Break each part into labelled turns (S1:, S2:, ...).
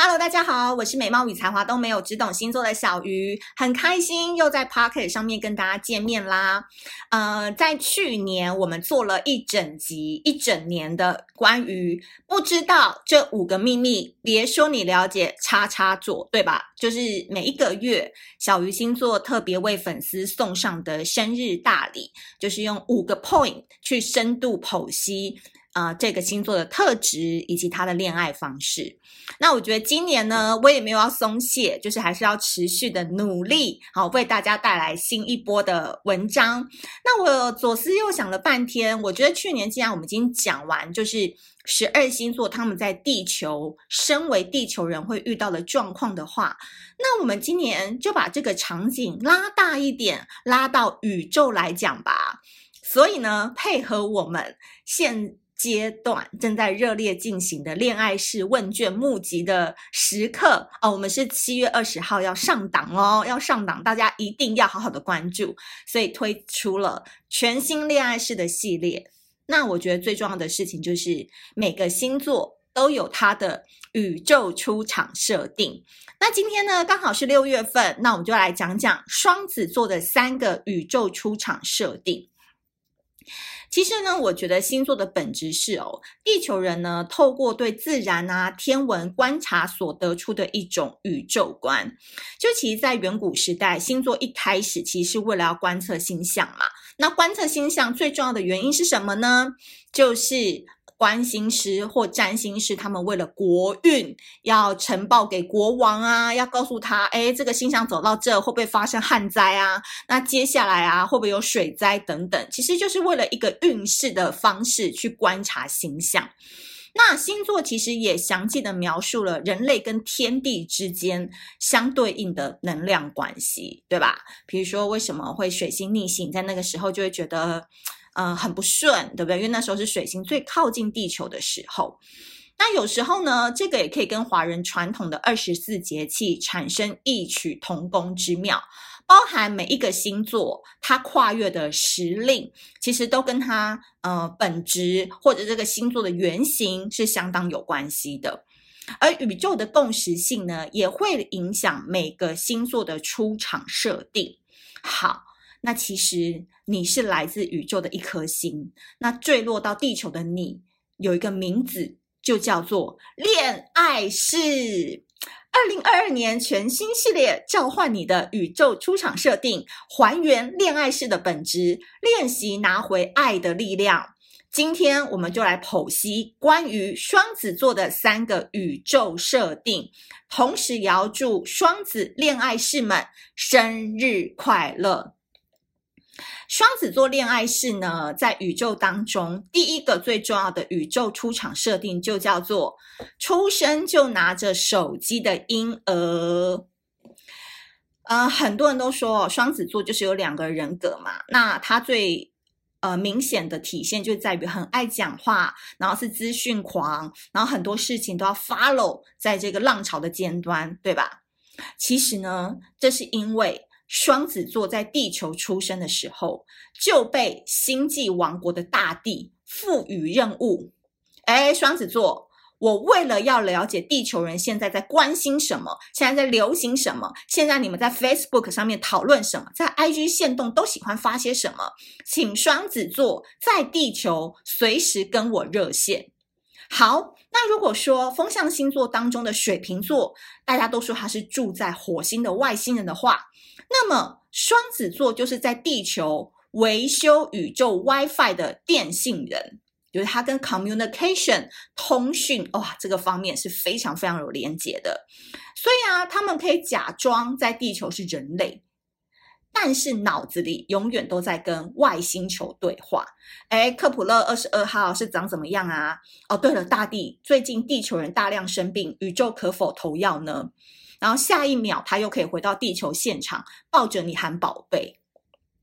S1: Hello， 大家好，我是美貌与才华都没有，只懂星座的小鱼，很开心又在 Pocket 上面跟大家见面啦。在去年我们做了一整年的关于不知道这5个秘密，别说你了解叉叉座，对吧？就是每一个月小鱼星座特别为粉丝送上的生日大礼，就是用5个 point 去深度剖析这个星座的特质以及他的恋爱方式。那我觉得今年呢，我也没有要松懈，就是还是要持续的努力，好为大家带来新一波的文章。那我左思右想了半天，我觉得去年既然我们已经讲完，就是12星座他们在地球身为地球人会遇到的状况的话，那我们今年就把这个场景拉大一点，拉到宇宙来讲吧。所以呢，配合我们现阶段正在热烈进行的恋爱式问卷募集的时刻我们是7月20号要上档哦，要上档，大家一定要好好的关注，所以推出了全新恋爱式的系列。那我觉得最重要的事情就是每个星座都有它的宇宙出场设定。那今天呢刚好是6月份，那我们就来讲讲双子座的3个宇宙出场设定。其实呢，我觉得星座的本质是地球人呢透过对自然天文观察所得出的一种宇宙观。就其实在远古时代，星座一开始其实是为了要观测星象嘛。那观测星象最重要的原因是什么呢？就是观星师或占星师他们为了国运要呈报给国王要告诉他这个星象走到这会不会发生旱灾那接下来会不会有水灾等等，其实就是为了一个运势的方式去观察星象。那星座其实也详细的描述了人类跟天地之间相对应的能量关系，对吧？比如说为什么会水星逆行，在那个时候就会觉得很不顺，对不对？因为那时候是水星最靠近地球的时候。那有时候呢，这个也可以跟华人传统的24节气产生异曲同工之妙，包含每一个星座它跨越的时令，其实都跟它本质或者这个星座的原型是相当有关系的。而宇宙的共识性呢，也会影响每个星座的出场设定。好，那其实你是来自宇宙的一颗星，那坠落到地球的你有一个名字，就叫做恋爱式。2022年全新系列召唤你的宇宙出场设定，还原恋爱式的本质，练习拿回爱的力量。今天我们就来剖析关于双子座的3个宇宙设定，同时也要祝双子恋爱士们生日快乐。双子座恋爱式呢，在宇宙当中第一个最重要的宇宙出场设定就叫做出生就拿着手机的婴儿。很多人都说双子座就是有2个人格嘛，那他最明显的体现就在于很爱讲话，然后是资讯狂，然后很多事情都要 follow 在这个浪潮的尖端，对吧？其实呢，这是因为双子座在地球出生的时候就被星际王国的大地赋予任务。双子座，我为了要了解地球人现在在关心什么，现在在流行什么，现在你们在 Facebook 上面讨论什么，在 IG 限动都喜欢发些什么，请双子座在地球随时跟我热线。好，那如果说风象星座当中的水瓶座，大家都说他是住在火星的外星人的话，那么双子座就是在地球维修宇宙 WiFi 的电信人，就是他跟 communication 通讯这个方面是非常非常有连结的。所以他们可以假装在地球是人类，但是脑子里永远都在跟外星球对话。克普勒22号是长怎么样啊？对了，大地，最近地球人大量生病，宇宙可否投药呢？然后下一秒他又可以回到地球现场，抱着你喊宝贝。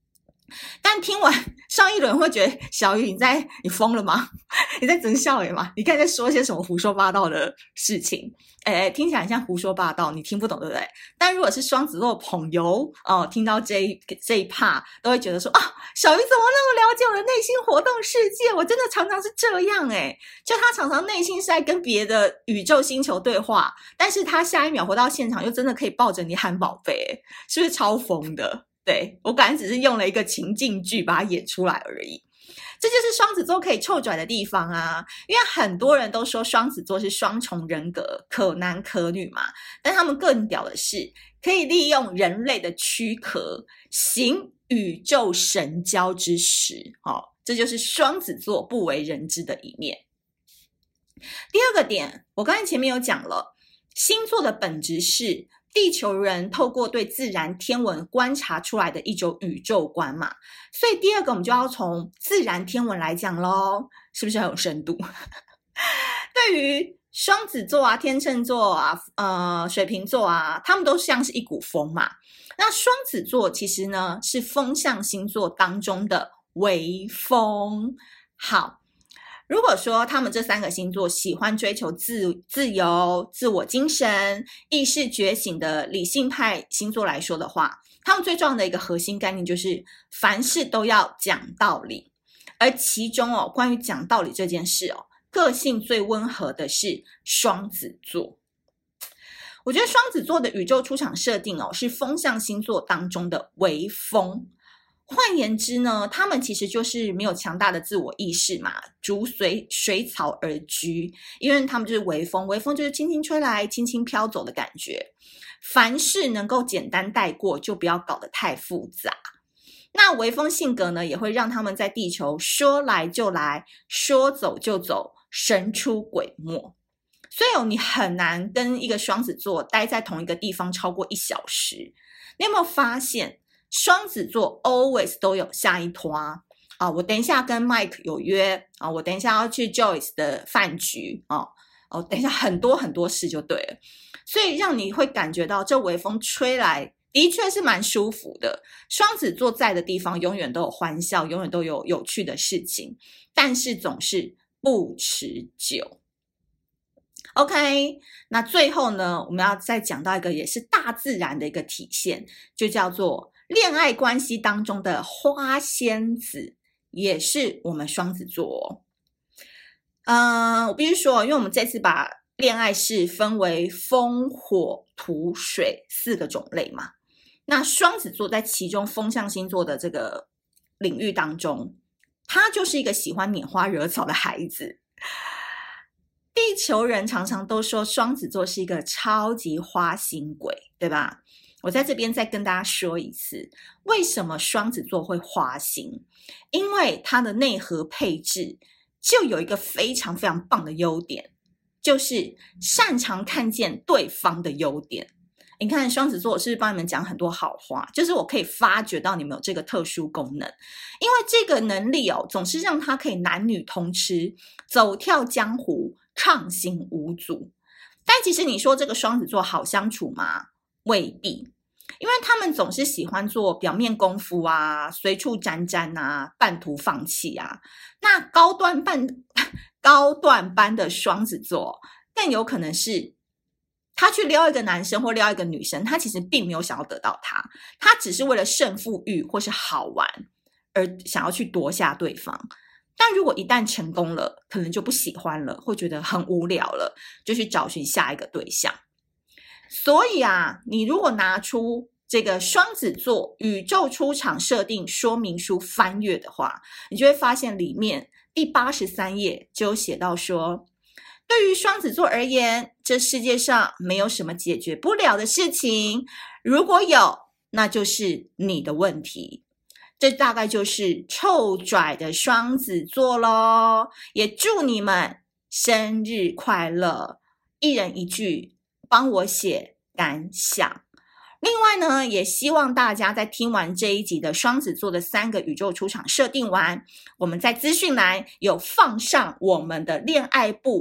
S1: 但听完上一轮会觉得小鱼你疯了吗？你在整笑吗？你看在说些什么胡说八道的事情？听起来像胡说八道，你听不懂对不对？但如果是双子座的朋友听到这一 part 都会觉得说小鱼怎么那么了解我的内心活动世界？我真的常常是这样就他常常内心是在跟别的宇宙星球对话，但是他下一秒回到现场又真的可以抱着你喊宝贝，是不是超疯的？对，我感觉只是用了一个情境剧把它演出来而已。这就是双子座可以臭拽的地方啊，因为很多人都说双子座是双重人格，可男可女嘛，但他们更屌的是可以利用人类的躯壳行宇宙神交之实这就是双子座不为人知的一面。第二个点，我刚才前面有讲了，星座的本质是地球人透过对自然天文观察出来的一种宇宙观嘛，所以第二个我们就要从自然天文来讲咯，是不是很有深度？对于双子座啊、天秤座啊、水瓶座啊，他们都像是一股风嘛。那双子座其实呢是风象星座当中的微风。好，如果说他们这三个星座喜欢追求自由、自我精神、意识觉醒的理性派星座来说的话，他们最重要的一个核心概念就是凡事都要讲道理。而其中关于讲道理这件事个性最温和的是双子座。我觉得双子座的宇宙出场设定是风象星座当中的微风。换言之呢，他们其实就是没有强大的自我意识嘛，逐随水草而居，因为他们就是微风，微风就是轻轻吹来轻轻飘走的感觉，凡事能够简单带过，就不要搞得太复杂。那微风性格呢，也会让他们在地球说来就来，说走就走，神出鬼没。所以你很难跟一个双子座待在同一个地方超过1小时。你有没有发现双子座 always 都有下一拖我等一下跟 Mike 有约我等一下要去 Joyce 的饭局等一下很多很多事就对了。所以让你会感觉到这微风吹来的确是蛮舒服的。双子座在的地方永远都有欢笑，永远都有有趣的事情，但是总是不持久。OK， 那最后呢，我们要再讲到一个也是大自然的一个体现，就叫做恋爱关系当中的花仙子，也是我们双子座我必须说，因为我们这次把恋爱是分为风、火、土、水4个种类嘛，那双子座在其中风象星座的这个领域当中，他就是一个喜欢拈花惹草的孩子。地球人常常都说双子座是一个超级花心鬼，对吧？我在这边再跟大家说一次，为什么双子座会花心？因为它的内核配置就有一个非常非常棒的优点，就是擅长看见对方的优点。你看双子座，我是不是帮你们讲很多好话？就是我可以发觉到你们有这个特殊功能，因为这个能力总是让他可以男女通吃，走跳江湖，畅行无阻。但其实你说这个双子座好相处吗？未必，因为他们总是喜欢做表面功夫随处沾沾半途放弃那高段班的双子座更有可能是他去撩一个男生或撩一个女生，他其实并没有想要得到他只是为了胜负欲或是好玩而想要去夺下对方。但如果一旦成功了，可能就不喜欢了，会觉得很无聊了，就去找寻下一个对象。所以你如果拿出这个双子座宇宙出场设定说明书翻阅的话，你就会发现里面第83页就有写到说，对于双子座而言，这世界上没有什么解决不了的事情，如果有，那就是你的问题。这大概就是臭拽的双子座咯，也祝你们生日快乐，一人一句帮我写感想。另外呢，也希望大家在听完这一集的双子座的3个宇宙出场设定完，我们在资讯栏有放上我们的恋爱簿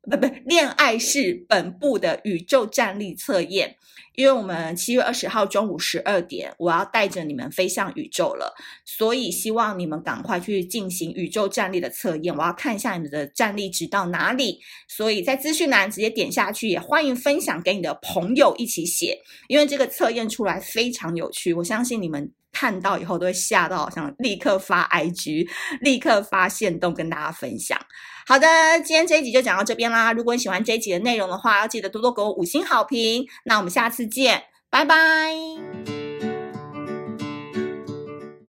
S1: 恋爱式本部的宇宙站立测验。因为我们7月20号中午12点，我要带着你们飞向宇宙了，所以希望你们赶快去进行宇宙站立的测验，我要看一下你们的站立值到哪里，所以在资讯栏直接点下去，也欢迎分享给你的朋友一起写，因为这个测验出来非常有趣，我相信你们看到以后都会吓到，好像立刻发 IG， 立刻发限动跟大家分享。好的，今天这一集就讲到这边啦。如果你喜欢这一集的内容的话，要记得多多给我5星好评。那我们下次见，拜拜。